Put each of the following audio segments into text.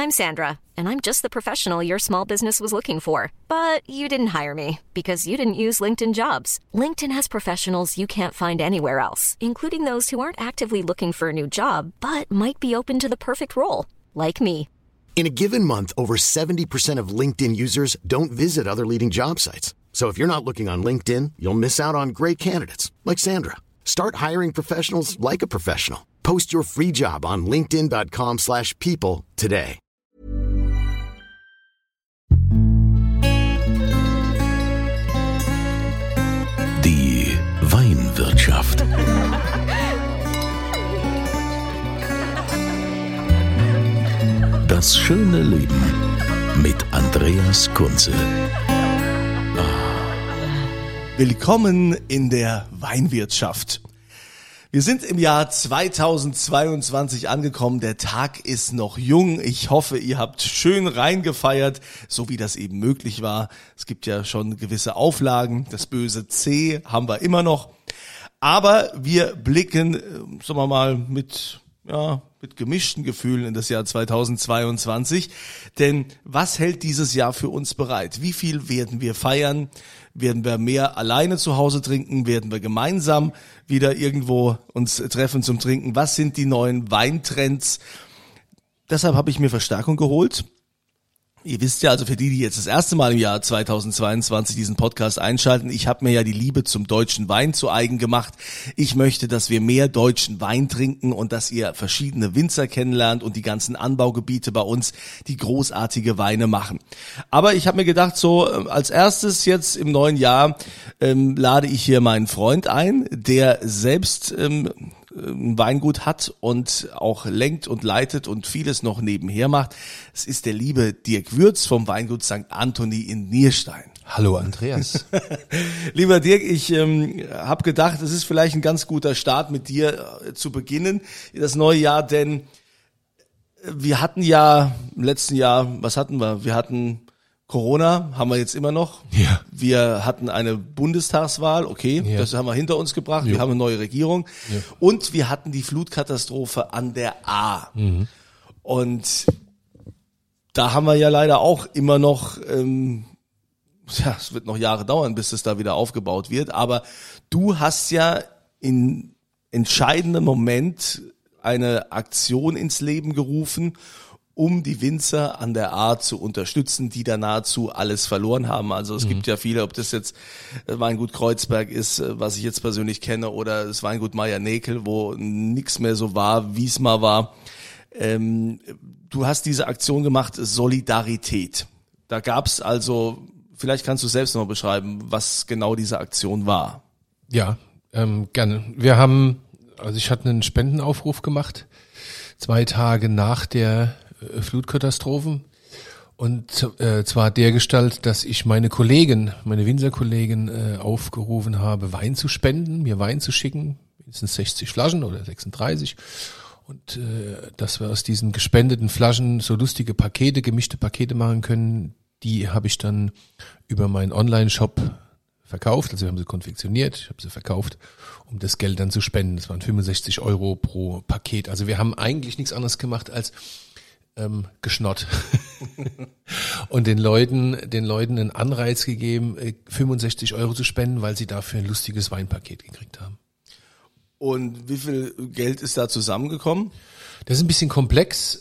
I'm Sandra, and I'm just the professional your small business was looking for. But you didn't hire me because you didn't use LinkedIn Jobs. LinkedIn has professionals you can't find anywhere else, including those who aren't actively looking for a new job, but might be open to the perfect role, like me. In a given month, over 70% of LinkedIn users don't visit other leading job sites. So if you're not looking on LinkedIn, you'll miss out on great candidates like Sandra. Start hiring professionals like a professional. Post your free job on linkedin.com/people today. Die Weinwirtschaft. Das schöne Leben mit Andreas Kunze. Willkommen in der Weinwirtschaft. Wir sind im Jahr 2022 angekommen. Der Tag ist noch jung. Ich hoffe, ihr habt schön reingefeiert, so wie das eben möglich war. Es gibt ja schon gewisse Auflagen. Das böse C haben wir immer noch. Aber wir blicken, sagen wir mal, mit gemischten Gefühlen in das Jahr 2022. Denn was hält dieses Jahr für uns bereit? Wie viel werden wir feiern? Werden wir mehr alleine zu Hause trinken? Werden wir gemeinsam wieder irgendwo uns treffen zum Trinken? Was sind die neuen Weintrends? Deshalb habe ich mir Verstärkung geholt. Ihr wisst ja, also für die jetzt das erste Mal im Jahr 2022 diesen Podcast einschalten, ich habe mir ja die Liebe zum deutschen Wein zu eigen gemacht. Ich möchte, dass wir mehr deutschen Wein trinken und dass ihr verschiedene Winzer kennenlernt und die ganzen Anbaugebiete bei uns, die großartige Weine machen. Aber ich habe mir gedacht, so als erstes jetzt im neuen Jahr lade ich hier meinen Freund ein, der selbst ein Weingut hat und auch lenkt und leitet und vieles noch nebenher macht. Es ist der liebe Dirk Würz vom Weingut St. Anthony in Nierstein. Hallo Andreas. Lieber Dirk, ich habe gedacht, es ist vielleicht ein ganz guter Start mit dir zu beginnen, das neue Jahr, denn wir hatten ja im letzten Jahr, was hatten wir? Wir hatten Corona, haben wir jetzt immer noch. Ja. Wir hatten eine Bundestagswahl, okay, Ja. Das haben wir hinter uns gebracht. Jo. Wir haben eine neue Regierung. Ja. Und wir hatten die Flutkatastrophe an der Ahr. Und da haben wir ja leider auch immer noch, es wird noch Jahre dauern, bis es da wieder aufgebaut wird. Aber du hast ja in entscheidendem Moment eine Aktion ins Leben gerufen, um die Winzer an der Ahr zu unterstützen, die da nahezu alles verloren haben. Also es gibt ja viele, ob das jetzt Weingut Kreuzberg ist, was ich jetzt persönlich kenne, oder das Weingut Meier-Näkel, wo nichts mehr so war, wie es mal war. Du hast diese Aktion gemacht, Solidarität. Da gab's also, vielleicht kannst du selbst noch mal beschreiben, was genau diese Aktion war. Ja, gerne. Ich hatte einen Spendenaufruf gemacht, 2 Tage nach der Flutkatastrophen, und zwar dergestalt, dass ich meine Winzerkollegen aufgerufen habe, Wein zu spenden, mir Wein zu schicken, mindestens 60 Flaschen oder 36, und dass wir aus diesen gespendeten Flaschen so lustige gemischte Pakete machen können. Die habe ich dann über meinen Online-Shop verkauft, also wir haben sie konfektioniert, ich habe sie verkauft, um das Geld dann zu spenden. Das waren 65 € pro Paket. Also wir haben eigentlich nichts anderes gemacht als geschnott und den Leuten einen Anreiz gegeben, 65 € zu spenden, weil sie dafür ein lustiges Weinpaket gekriegt haben. Und wie viel Geld ist da zusammengekommen? Das ist ein bisschen komplex,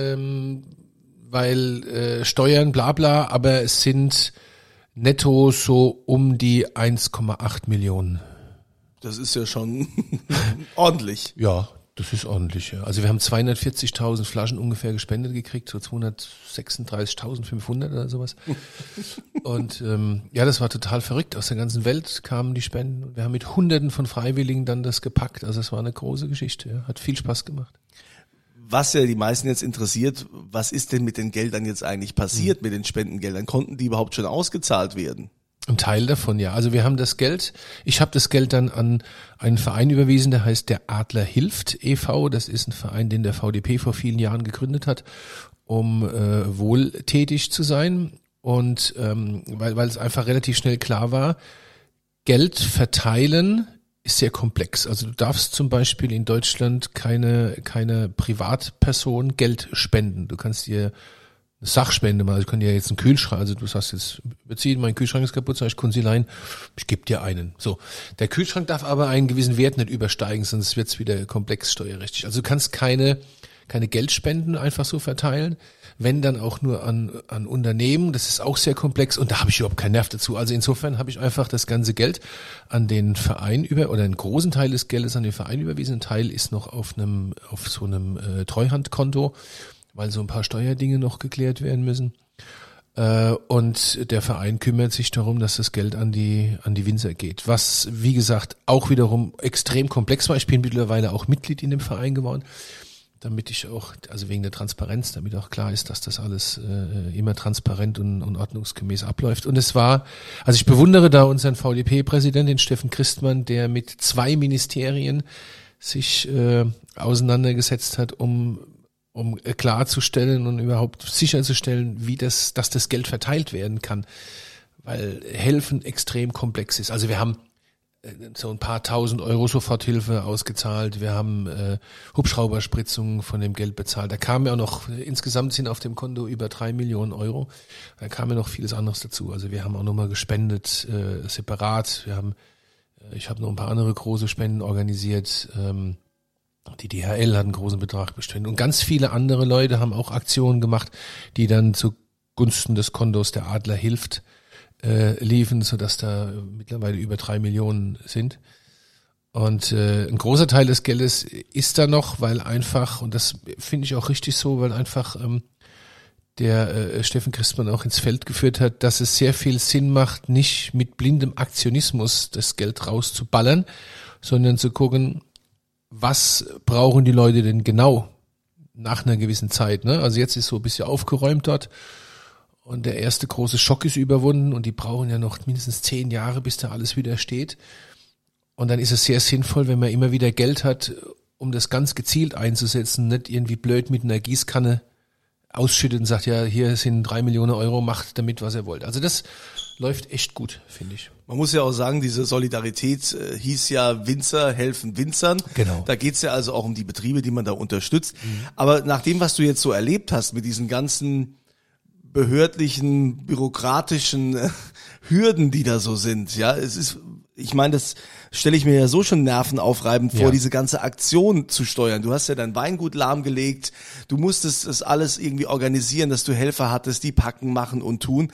weil Steuern, bla bla, aber es sind netto so um die 1,8 Millionen. Das ist ja schon ordentlich. Ja, das ist ordentlich. Ja. Also wir haben 240.000 Flaschen ungefähr gespendet gekriegt, so 236.500 oder sowas. Und das war total verrückt. Aus der ganzen Welt kamen die Spenden. Wir haben mit Hunderten von Freiwilligen dann das gepackt. Also es war eine große Geschichte. Ja. Hat viel Spaß gemacht. Was ja die meisten jetzt interessiert, was ist denn mit den Geldern jetzt eigentlich passiert, mit den Spendengeldern? Konnten die überhaupt schon ausgezahlt werden? Ein Teil davon, ja. Also wir haben ich habe das Geld dann an einen Verein überwiesen, der heißt der Adler Hilft e.V. Das ist ein Verein, den der VDP vor vielen Jahren gegründet hat, um wohltätig zu sein. Und weil es einfach relativ schnell klar war, Geld verteilen ist sehr komplex. Also du darfst zum Beispiel in Deutschland keine Privatperson Geld spenden. Du kannst dir eine Sachspende machen. Also ich kann dir jetzt einen Kühlschrank, also du sagst jetzt, beziehen, mein Kühlschrank ist kaputt, sag ich, können Sie leihen? Ich gebe dir einen. So. Der Kühlschrank darf aber einen gewissen Wert nicht übersteigen, sonst wird's wieder komplex steuerrechtlich. Also du kannst keine Geldspenden einfach so verteilen, wenn dann auch nur an Unternehmen. Das ist auch sehr komplex und da habe ich überhaupt keinen Nerv dazu. Also insofern habe ich einfach das ganze Geld an den Verein oder einen großen Teil des Geldes an den Verein überwiesen. Ein Teil ist noch auf so einem Treuhandkonto, weil so ein paar Steuerdinge noch geklärt werden müssen. Und der Verein kümmert sich darum, dass das Geld an die Winzer geht. Was, wie gesagt, auch wiederum extrem komplex war. Ich bin mittlerweile auch Mitglied in dem Verein geworden, damit ich auch, also wegen der Transparenz, damit auch klar ist, dass das alles immer transparent und ordnungsgemäß abläuft. Und es war, also ich bewundere da unseren VDP-Präsidenten, den Steffen Christmann, der mit 2 Ministerien sich auseinandergesetzt hat, um klarzustellen und überhaupt sicherzustellen, dass das Geld verteilt werden kann, weil Helfen extrem komplex ist. Also wir haben so ein paar 1.000 Euro Soforthilfe ausgezahlt, wir haben Hubschrauberspritzungen von dem Geld bezahlt. Da kam ja auch noch, insgesamt sind auf dem Konto über 3 Millionen Euro, da kam ja noch vieles anderes dazu. Also wir haben auch nochmal gespendet, separat, ich habe noch ein paar andere große Spenden organisiert, die DHL hat einen großen Betrag bestimmt und ganz viele andere Leute haben auch Aktionen gemacht, die dann zugunsten des Kontos der Adler hilft liefen, sodass da mittlerweile über 3 Millionen sind. Und ein großer Teil des Geldes ist da noch, weil einfach, und das finde ich auch richtig so, weil einfach der Steffen Christmann auch ins Feld geführt hat, dass es sehr viel Sinn macht, nicht mit blindem Aktionismus das Geld rauszuballern, sondern zu gucken, was brauchen die Leute denn genau nach einer gewissen Zeit, ne? Also jetzt ist so ein bisschen aufgeräumt dort und der erste große Schock ist überwunden und die brauchen ja noch mindestens 10 Jahre, bis da alles wieder steht. Und dann ist es sehr sinnvoll, wenn man immer wieder Geld hat, um das ganz gezielt einzusetzen, nicht irgendwie blöd mit einer Gießkanne ausschüttet und sagt, ja, hier sind 3 Millionen Euro, macht damit, was ihr wollt. Also das läuft echt gut, finde ich. Man muss ja auch sagen, diese Solidarität hieß ja Winzer helfen Winzern. Genau. Da geht's ja also auch um die Betriebe, die man da unterstützt. Aber nach dem, was du jetzt so erlebt hast mit diesen ganzen behördlichen, bürokratischen Hürden, die da so sind, ja, ich meine, das stelle ich mir ja so schon nervenaufreibend vor, diese ganze Aktion zu steuern. Du hast ja dein Weingut lahmgelegt, du musstest das alles irgendwie organisieren, dass du Helfer hattest, die packen, machen und tun.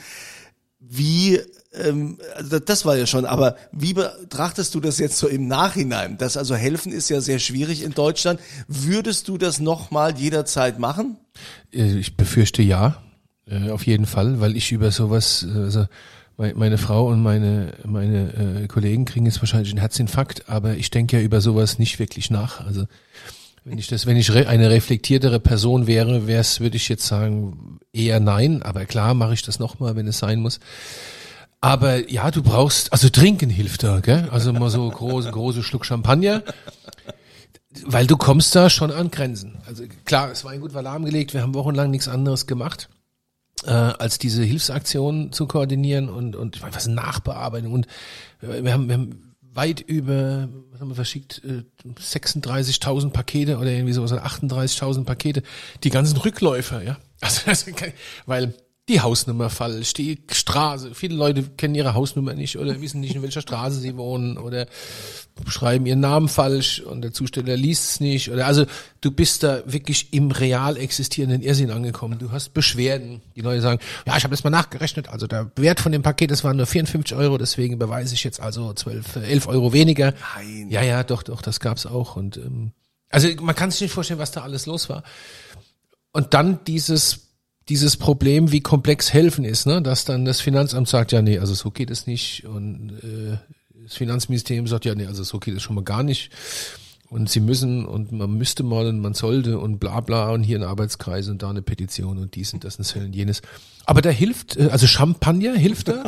Also das war ja schon, aber wie betrachtest du das jetzt so im Nachhinein? Das also helfen ist ja sehr schwierig in Deutschland. Würdest du das nochmal jederzeit machen? Ich befürchte ja, auf jeden Fall, weil ich über sowas, also meine Frau und meine Kollegen kriegen jetzt wahrscheinlich einen Herzinfarkt, aber ich denke ja über sowas nicht wirklich nach. Also wenn ich eine reflektiertere Person wäre, würde ich jetzt sagen, eher nein, aber klar mache ich das nochmal, wenn es sein muss. Aber ja, du brauchst, also trinken hilft da, gell? Also mal so große Schluck Champagner, weil du kommst da schon an Grenzen. Also klar, das Weingut war lahmgelegt, wir haben wochenlang nichts anderes gemacht, als diese Hilfsaktionen zu koordinieren und was Nachbearbeitung und wir haben weit über, was haben wir verschickt, 36.000 Pakete oder irgendwie sowas, 38.000 Pakete, die ganzen Rückläufer, ja. Also weil die Hausnummer falsch, die Straße, viele Leute kennen ihre Hausnummer nicht oder wissen nicht, in welcher Straße sie wohnen oder schreiben ihren Namen falsch und der Zusteller liest es nicht oder also du bist da wirklich im real existierenden Irrsinn angekommen. Du hast Beschwerden, die Leute sagen, ja, ich habe das mal nachgerechnet, also der Wert von dem Paket, das waren nur 54 Euro, deswegen überweise ich jetzt also 11 Euro weniger. Nein. Ja, doch, das gab's auch und also man kann sich nicht vorstellen, was da alles los war. Und dann dieses Problem, wie komplex helfen ist, ne, dass dann das Finanzamt sagt, ja, nee, also so geht es nicht und das Finanzministerium sagt, ja, nee, also so geht es schon mal gar nicht und sie müssen und man müsste mal und man sollte und bla bla und hier ein Arbeitskreis und da eine Petition und dies und das und jenes. Aber da hilft, also Champagner hilft da.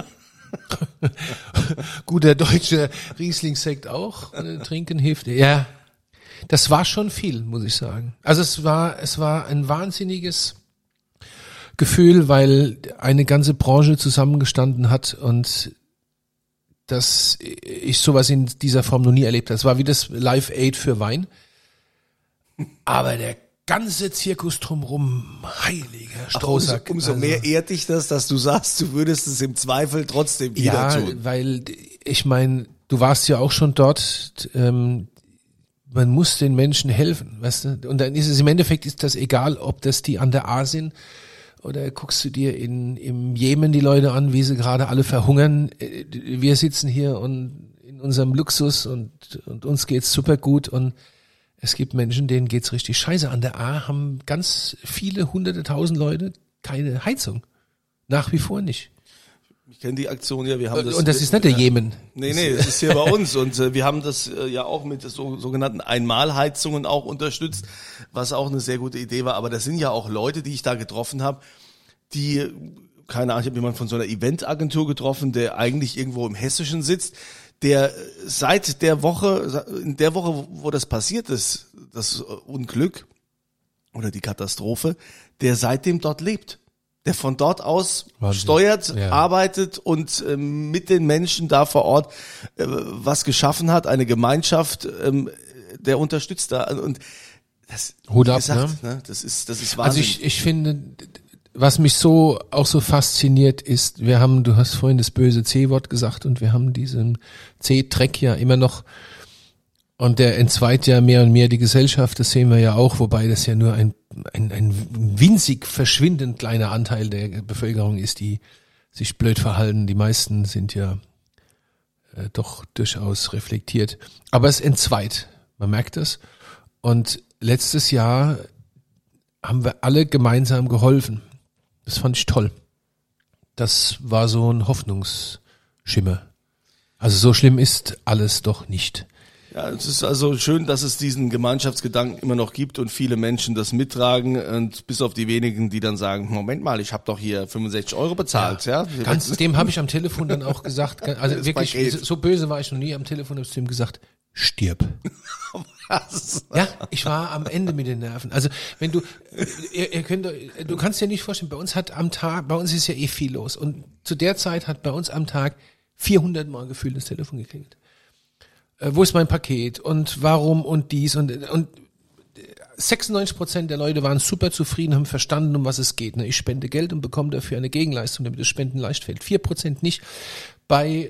Guter deutscher Rieslingsekt auch, trinken hilft. Ja, das war schon viel, muss ich sagen. Also es war ein wahnsinniges Gefühl, weil eine ganze Branche zusammengestanden hat und dass ich sowas in dieser Form noch nie erlebt habe. Es war wie das Live Aid für Wein. Aber der ganze Zirkus drumherum, heiliger Strohsack. Umso mehr ehrt dich das, dass du sagst, du würdest es im Zweifel trotzdem wieder tun. Ja, weil ich meine, du warst ja auch schon dort, man muss den Menschen helfen, weißt du? Und dann ist es im Endeffekt ist das egal, ob das die an der A sind oder guckst du dir im Jemen die Leute an, wie sie gerade alle verhungern. Wir sitzen hier und in unserem Luxus und uns geht's super gut und es gibt Menschen, denen geht's richtig scheiße. An der A haben ganz viele, hunderte, tausend Leute keine Heizung. Nach wie vor nicht. Ich kenne die Aktion ja, wir haben das. Und das ist nicht der Jemen. Nee, das ist hier bei uns. Und wir haben das ja auch mit sogenannten Einmalheizungen auch unterstützt, was auch eine sehr gute Idee war. Aber das sind ja auch Leute, die ich da getroffen habe, die, keine Ahnung, ich habe jemanden von so einer Eventagentur getroffen, der eigentlich irgendwo im Hessischen sitzt, der seit in der Woche, wo das passiert ist, das Unglück oder die Katastrophe, der seitdem dort lebt. Der von dort aus Wahnsinn. Steuert, ja. Arbeitet und mit den Menschen da vor Ort was geschaffen hat, eine Gemeinschaft, der unterstützt da. Und das, Hut ab, gesagt, ne? Das ist Wahnsinn. Also ich finde, was mich auch so fasziniert ist, du hast vorhin das böse C-Wort gesagt und wir haben diesen C-Dreck ja immer noch und der entzweit ja mehr und mehr die Gesellschaft, das sehen wir ja auch, wobei das ja nur ein winzig verschwindend kleiner Anteil der Bevölkerung ist, die sich blöd verhalten. Die meisten sind ja doch durchaus reflektiert. Aber es entzweit, man merkt das. Und letztes Jahr haben wir alle gemeinsam geholfen. Das fand ich toll. Das war so ein Hoffnungsschimmer. Also so schlimm ist alles doch nicht. Ja, es ist also schön, dass es diesen Gemeinschaftsgedanken immer noch gibt und viele Menschen das mittragen und bis auf die wenigen, die dann sagen, Moment mal, ich habe doch hier 65 € bezahlt. Ja. Dem habe ich am Telefon dann auch gesagt, also wirklich, so böse war ich noch nie am Telefon, habe ich zu ihm gesagt, stirb. Was? Ja, ich war am Ende mit den Nerven. Also wenn du kannst dir nicht vorstellen, bei uns ist ja eh viel los und zu der Zeit hat bei uns am Tag 400 Mal gefühlt das Telefon geklingelt. Wo ist mein Paket und warum und dies und 96% der Leute waren super zufrieden, haben verstanden, um was es geht. Ich spende Geld und bekomme dafür eine Gegenleistung, damit das Spenden leicht fällt. 4% nicht. Bei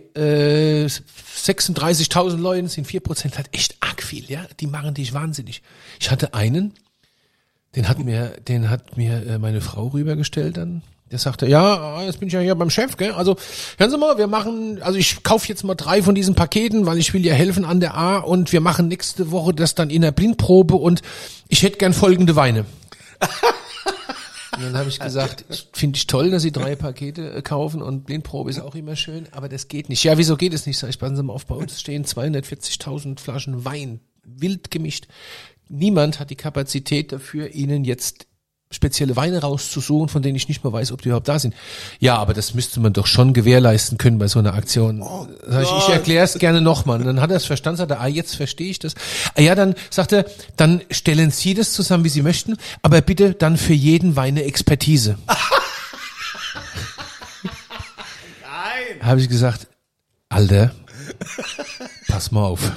36.000 Leuten sind 4% halt echt arg viel, ja. Die machen dich wahnsinnig. Ich hatte einen, den hat mir meine Frau rübergestellt dann. Der sagte, ja, jetzt bin ich ja hier beim Chef, gell? Also, hören Sie mal, ich kaufe jetzt mal 3 von diesen Paketen, weil ich will ja helfen an der A und wir machen nächste Woche das dann in der Blindprobe und ich hätte gern folgende Weine. Und dann habe ich gesagt, finde ich toll, dass Sie 3 Pakete kaufen und Blindprobe ist auch immer schön, aber das geht nicht. Ja, wieso geht es nicht? Sag ich, passen Sie mal auf, bei uns stehen 240.000 Flaschen Wein, wild gemischt. Niemand hat die Kapazität dafür, Ihnen jetzt spezielle Weine rauszusuchen, von denen ich nicht mal weiß, ob die überhaupt da sind. Ja, aber das müsste man doch schon gewährleisten können bei so einer Aktion. Ich erkläre es gerne nochmal. Und dann hat er es verstanden, sagt er, jetzt verstehe ich das. Ja, dann sagt er, dann stellen Sie das zusammen, wie Sie möchten, aber bitte dann für jeden Wein eine Expertise. Nein. Habe ich gesagt, Alter, pass mal auf.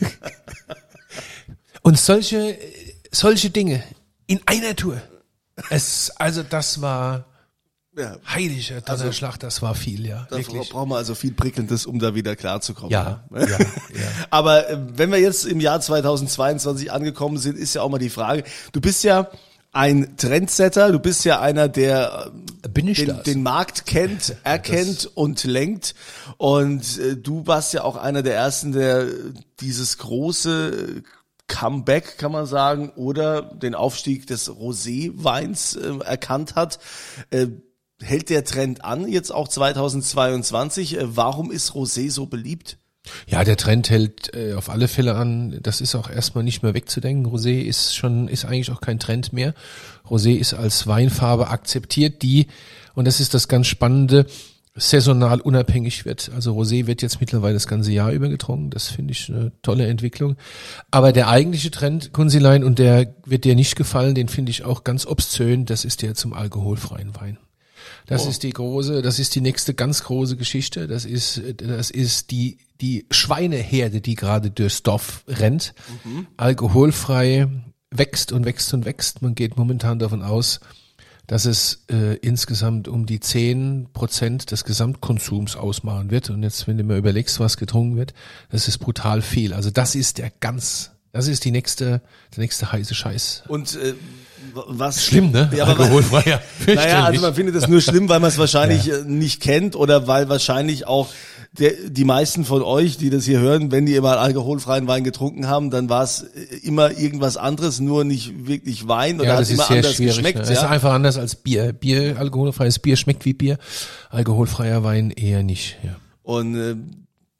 Und solche Dinge in einer Tour. Das war heiliger Donnerschlag, das war viel, ja. Da brauchen wir also viel Prickelndes, um da wieder klarzukommen. Ja. Aber wenn wir jetzt im Jahr 2022 angekommen sind, ist ja auch mal die Frage, du bist ja ein Trendsetter, du bist ja einer, der den Markt kennt, erkennt und lenkt. Und du warst ja auch einer der Ersten, der dieses große Comeback, kann man sagen, oder den Aufstieg des Rosé-Weins erkannt hat. Hält der Trend an, jetzt auch 2022? Warum ist Rosé so beliebt? Ja, der Trend hält auf alle Fälle an. Das ist auch erstmal nicht mehr wegzudenken. Rosé ist eigentlich auch kein Trend mehr. Rosé ist als Weinfarbe akzeptiert, und das ist das ganz Spannende, saisonal unabhängig wird. Also Rosé wird jetzt mittlerweile das ganze Jahr über getrunken. Das finde ich eine tolle Entwicklung. Aber der eigentliche Trend, Kunzilein, und der wird dir nicht gefallen, den finde ich auch ganz obszön, das ist der zum alkoholfreien Wein. Das ist die nächste ganz große Geschichte. Das ist die Schweineherde, die gerade durchs Dorf rennt. Alkoholfrei wächst und wächst und wächst. Man geht momentan davon aus, dass es insgesamt um die 10% des Gesamtkonsums ausmachen wird. Und jetzt, wenn du mir überlegst, was getrunken wird, das ist brutal viel. Also das ist der nächste heiße Scheiß. Und was schlimm, ne? Ja, alkoholfreier. Naja, also man findet es nur schlimm, weil man es wahrscheinlich nicht kennt oder weil wahrscheinlich auch die meisten von euch, die das hier hören, wenn die immer alkoholfreien Wein getrunken haben, dann war es immer irgendwas anderes, nur nicht wirklich Wein oder hat immer anders geschmeckt. Ne? Es ist einfach anders als Bier. Alkoholfreies Bier schmeckt wie Bier, alkoholfreier Wein eher nicht. Ja. Und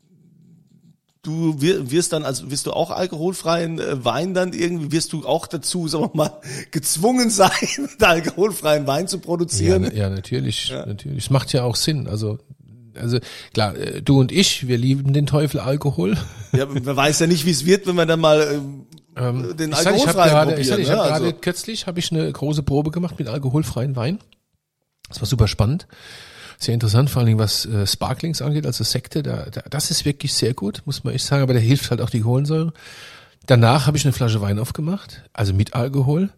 du wirst du auch alkoholfreien Wein dann irgendwie, wirst du auch dazu, sagen wir mal, gezwungen sein, alkoholfreien Wein zu produzieren? Ja, natürlich. Es macht ja auch Sinn. Also klar, du und ich, wir lieben den Teufel Alkohol. Ja, man weiß ja nicht, wie es wird, wenn man dann mal den alkoholfreien probiert. Kürzlich habe ich eine große Probe gemacht mit alkoholfreien Wein. Das war super spannend. Sehr interessant, vor allen Dingen was Sparklings angeht, also Sekte, das ist wirklich sehr gut, muss man echt sagen, aber der hilft halt auch die Kohlensäure. Danach habe ich eine Flasche Wein aufgemacht, also mit Alkohol.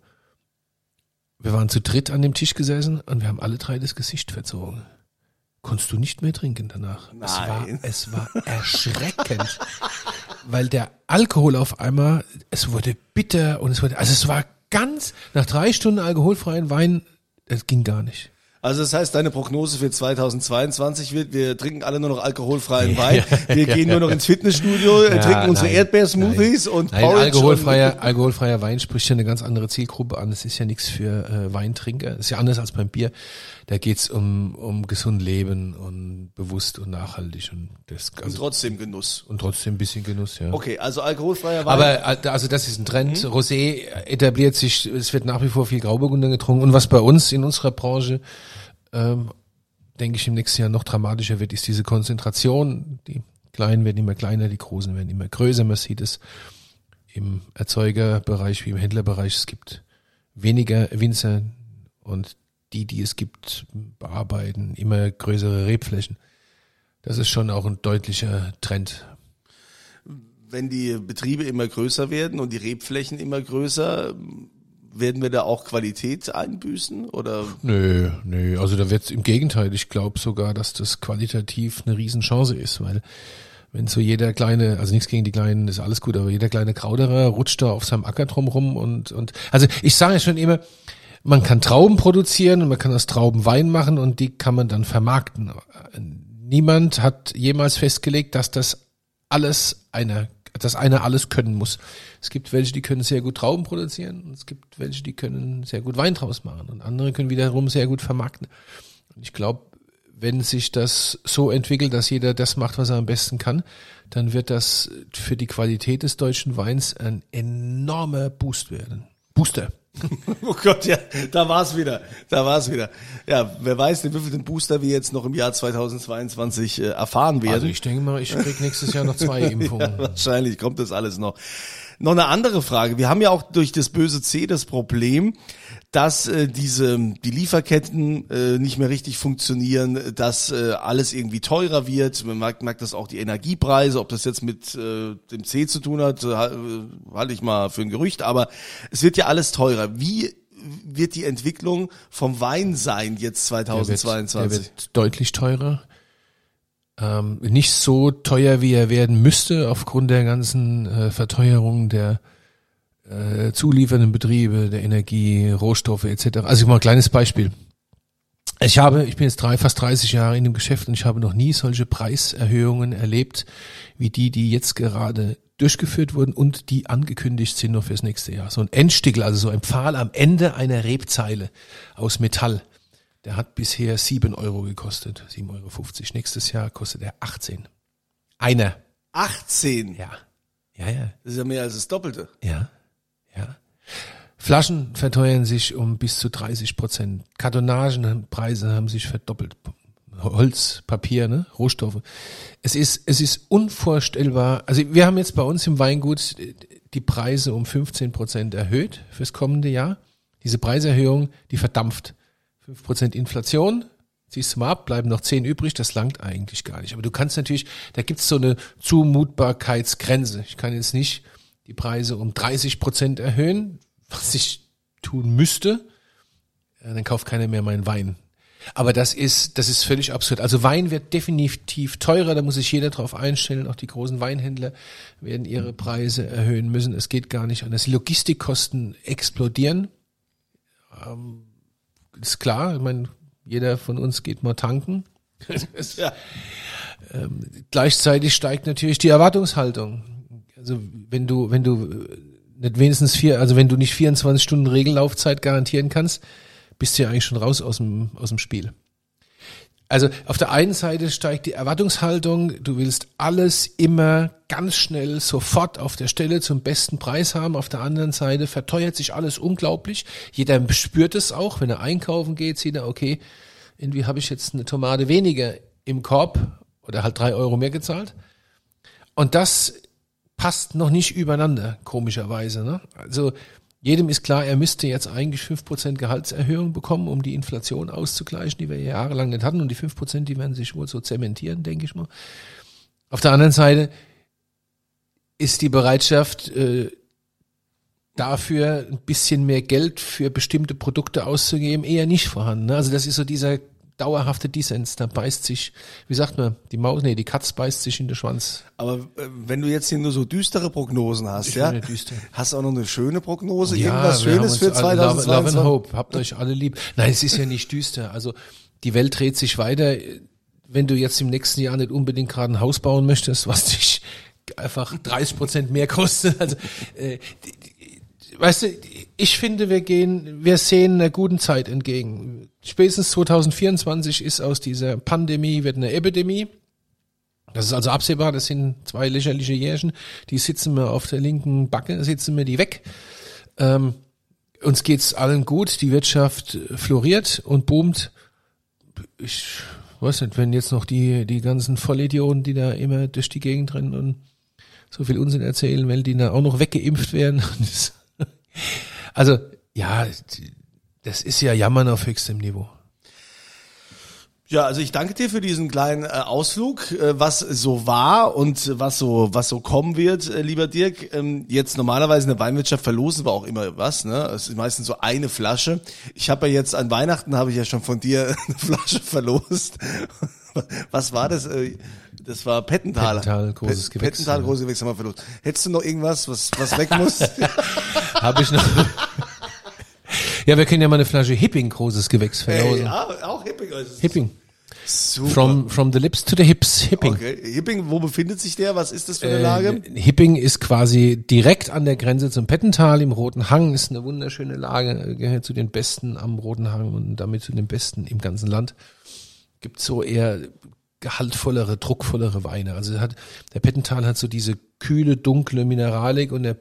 Wir waren zu dritt an dem Tisch gesessen und wir haben alle drei das Gesicht verzogen. Konntest du nicht mehr trinken danach. Nein. Es war erschreckend, weil der Alkohol auf einmal, es wurde bitter und es war nach 3 Stunden alkoholfreien Wein, es ging gar nicht. Also das heißt, deine Prognose für 2022 wird, wir trinken alle nur noch alkoholfreien Wein, wir gehen nur noch ins Fitnessstudio, trinken unsere Erdbeersmoothies und alkoholfreier Wein spricht ja eine ganz andere Zielgruppe an. Es ist ja nichts für Weintrinker. Das ist ja anders als beim Bier. Da geht's um gesund leben und bewusst und nachhaltig und trotzdem Genuss. Und trotzdem ein bisschen Genuss, ja. Okay, also alkoholfreier Wein. Aber also das ist ein Trend. Rosé etabliert sich, es wird nach wie vor viel Grauburgunder getrunken. Und was bei uns in unserer Branche denke ich im nächsten Jahr noch dramatischer wird, ist diese Konzentration. Die Kleinen werden immer kleiner, die Großen werden immer größer. Man sieht es im Erzeugerbereich wie im Händlerbereich. Es gibt weniger Winzer und die es gibt, bearbeiten immer größere Rebflächen. Das ist schon auch ein deutlicher Trend. Wenn die Betriebe immer größer werden und die Rebflächen immer größer, werden wir da auch Qualität einbüßen oder? Nö, also da wird's im Gegenteil. Ich glaube sogar, dass das qualitativ eine Riesenchance ist, weil wenn so jeder kleine, also nichts gegen die Kleinen, ist alles gut, aber jeder kleine Krauderer rutscht da auf seinem Acker drum rum und also ich sage ja schon immer, man kann Trauben produzieren und man kann aus Trauben Wein machen und die kann man dann vermarkten. Niemand hat jemals festgelegt, dass einer alles können muss. Es gibt welche, die können sehr gut Trauben produzieren und es gibt welche, die können sehr gut Wein draus machen und andere können wiederum sehr gut vermarkten. Und ich glaube, wenn sich das so entwickelt, dass jeder das macht, was er am besten kann, dann wird das für die Qualität des deutschen Weins ein enormer Booster. Oh Gott, ja, da war's wieder. Ja, wer weiß, den wievielten Booster wir jetzt noch im Jahr 2022 erfahren werden. Also ich denke mal, ich krieg nächstes Jahr noch 2 Impfungen. Ja, wahrscheinlich kommt das alles noch. Noch eine andere Frage. Wir haben ja auch durch das böse C das Problem, dass die Lieferketten nicht mehr richtig funktionieren, dass alles irgendwie teurer wird. Man merkt das auch die Energiepreise, ob das jetzt mit dem C zu tun hat, halte ich mal für ein Gerücht, aber es wird ja alles teurer. Wie wird die Entwicklung vom Wein sein jetzt 2022? Der wird deutlich teurer. Nicht so teuer, wie er werden müsste, aufgrund der ganzen Verteuerung der zuliefernden Betriebe, der Energie, Rohstoffe etc. Also mal ein kleines Beispiel. Ich bin jetzt fast 30 Jahre in dem Geschäft und ich habe noch nie solche Preiserhöhungen erlebt, wie die jetzt gerade durchgeführt wurden und die angekündigt sind noch fürs nächste Jahr. So ein Endstickel, also so ein Pfahl am Ende einer Rebzeile aus Metall. Der hat bisher 7 Euro gekostet, 7,50 Euro. Nächstes Jahr kostet er 18. Einer. 18? Ja. Das ist ja mehr als das Doppelte. Ja. Flaschen verteuern sich um bis zu 30%. Kartonagenpreise haben sich verdoppelt. Holz, Papier, Rohstoffe. Es ist unvorstellbar. Also wir haben jetzt bei uns im Weingut die Preise um 15% erhöht fürs kommende Jahr. Diese Preiserhöhung, die verdampft. 5% Inflation, ziehst du mal ab, bleiben noch 10 übrig, das langt eigentlich gar nicht. Aber du kannst natürlich, da gibt's so eine Zumutbarkeitsgrenze. Ich kann jetzt nicht die Preise um 30% erhöhen, was ich tun müsste, dann kauft keiner mehr meinen Wein. Aber das ist völlig absurd. Also Wein wird definitiv teurer, da muss sich jeder drauf einstellen. Auch die großen Weinhändler werden ihre Preise erhöhen müssen. Es geht gar nicht anders. Die Logistikkosten explodieren. Ist klar, ich meine, jeder von uns geht mal tanken. Ja. Gleichzeitig steigt natürlich die Erwartungshaltung. Also wenn du nicht wenigstens wenn du nicht 24 Stunden Regellaufzeit garantieren kannst, bist du ja eigentlich schon raus aus dem Spiel. Also auf der einen Seite steigt die Erwartungshaltung, du willst alles immer ganz schnell sofort auf der Stelle zum besten Preis haben. Auf der anderen Seite verteuert sich alles unglaublich. Jeder spürt es auch, wenn er einkaufen geht, sieht er, okay, irgendwie habe ich jetzt eine Tomate weniger im Korb oder halt 3 Euro mehr gezahlt. Und das passt noch nicht übereinander, komischerweise, ne? Also jedem ist klar, er müsste jetzt eigentlich 5% Gehaltserhöhung bekommen, um die Inflation auszugleichen, die wir jahrelang nicht hatten. Und die 5%, die werden sich wohl so zementieren, denke ich mal. Auf der anderen Seite ist die Bereitschaft, dafür ein bisschen mehr Geld für bestimmte Produkte auszugeben, eher nicht vorhanden. Also das ist so dieser dauerhafte Dissens, da beißt sich, wie sagt man, die Katz beißt sich in den Schwanz. Aber wenn du jetzt hier nur so düstere Prognosen hast, ja, hast du auch noch eine schöne Prognose, ja, irgendwas Schönes für 2022? Love and Hope, habt euch alle lieb. Nein, es ist ja nicht düster, also die Welt dreht sich weiter. Wenn du jetzt im nächsten Jahr nicht unbedingt gerade ein Haus bauen möchtest, was dich einfach 30% mehr kostet, also weißt du, ich finde, wir sehen einer guten Zeit entgegen. Spätestens 2024 ist aus dieser Pandemie, wird eine Epidemie. Das ist also absehbar, das sind 2 lächerliche Jährchen, die sitzen mir auf der linken Backe, sitzen mir die weg. Uns geht's allen gut, die Wirtschaft floriert und boomt. Ich weiß nicht, wenn jetzt noch die ganzen Vollidioten, die da immer durch die Gegend rennen und so viel Unsinn erzählen, wenn die da auch noch weggeimpft werden. Also, ja, das ist ja Jammern auf höchstem Niveau. Ja, also ich danke dir für diesen kleinen Ausflug, was so war und was so kommen wird, lieber Dirk. Jetzt normalerweise in der Weinwirtschaft verlosen wir auch immer was, ne? Es ist meistens so eine Flasche. Ich habe ja jetzt an Weihnachten habe ich ja schon von dir eine Flasche verlost. Was war das? Das war Pettental. Pettental, großes Gewächs. Pettental, großes Gewächs haben wir verlost. Hättest du noch irgendwas, was weg muss? Habe ich noch. Ja, wir können ja mal eine Flasche Hipping, großes Gewächs, verlosen. Ja, auch Hipping. Hipping. Super. From the lips to the hips, Hipping. Okay. Hipping, wo befindet sich der? Was ist das für eine Lage? Hipping ist quasi direkt an der Grenze zum Pettental im Roten Hang, ist eine wunderschöne Lage, gehört zu den besten am Roten Hang und damit zu den besten im ganzen Land. Gibt so eher gehaltvollere, druckvollere Weine. Also der Pettental hat so diese kühle, dunkle Mineralik und der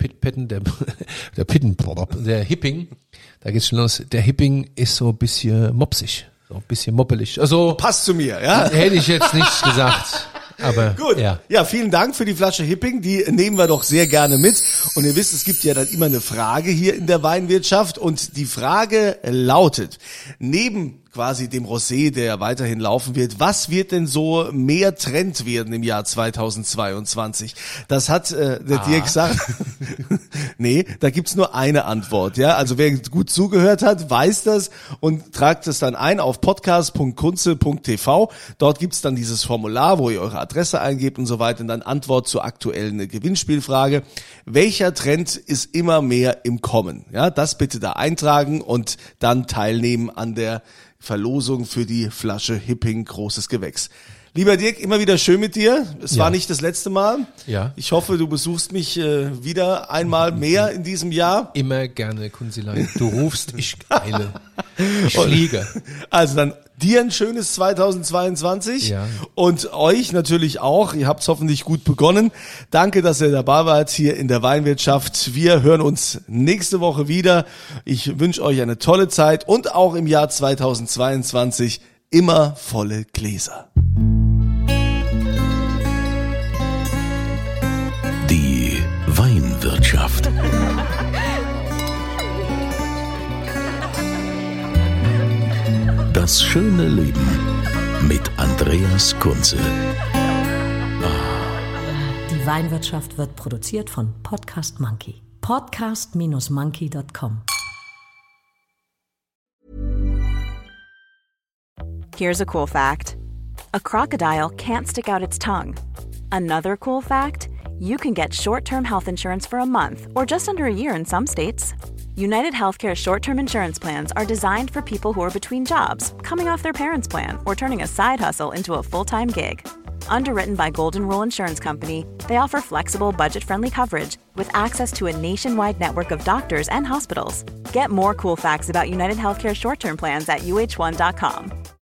Hipping, da geht's schon los. Der Hipping ist so ein bisschen mopsig, so ein bisschen moppelig. Also passt zu mir, ja? Hätte ich jetzt nicht gesagt. Aber gut, ja, vielen Dank für die Flasche Hipping, die nehmen wir doch sehr gerne mit. Und ihr wisst, es gibt ja dann immer eine Frage hier in der Weinwirtschaft und die Frage lautet, neben quasi dem Rosé, der weiterhin laufen wird, was wird denn so mehr Trend werden im Jahr 2022? Das hat der Dirk gesagt. Nee, da gibt's nur eine Antwort, ja. Also wer gut zugehört hat, weiß das und tragt es dann ein auf podcast.kunze.tv. Dort gibt's dann dieses Formular, wo ihr eure Adresse eingebt und so weiter und dann Antwort zur aktuellen Gewinnspielfrage. Welcher Trend ist immer mehr im Kommen? Ja, das bitte da eintragen und dann teilnehmen an der Verlosung für die Flasche Hipping, großes Gewächs. Lieber Dirk, immer wieder schön mit dir. Es war nicht das letzte Mal. Ja. Ich hoffe, du besuchst mich wieder einmal mehr in diesem Jahr. Immer gerne, Kunzilein. Du rufst, ich eile. Ich fliege. Also dann dir ein schönes 2022 ja. Und euch natürlich auch. Ihr habt es hoffentlich gut begonnen. Danke, dass ihr dabei wart hier in der Weinwirtschaft. Wir hören uns nächste Woche wieder. Ich wünsche euch eine tolle Zeit und auch im Jahr 2022 immer volle Gläser. Die Weinwirtschaft. Das schöne Leben mit Andreas Kunze. Die Weinwirtschaft wird produziert von Podcast Monkey. Podcast-monkey.com. Here's a cool fact. A crocodile can't stick out its tongue. Another cool fact, you can get short-term health insurance for a month or just under a year in some states. United Healthcare short-term insurance plans are designed for people who are between jobs, coming off their parents' plan, or turning a side hustle into a full-time gig. Underwritten by Golden Rule Insurance Company, they offer flexible, budget-friendly coverage with access to a nationwide network of doctors and hospitals. Get more cool facts about United Healthcare short-term plans at uh1.com.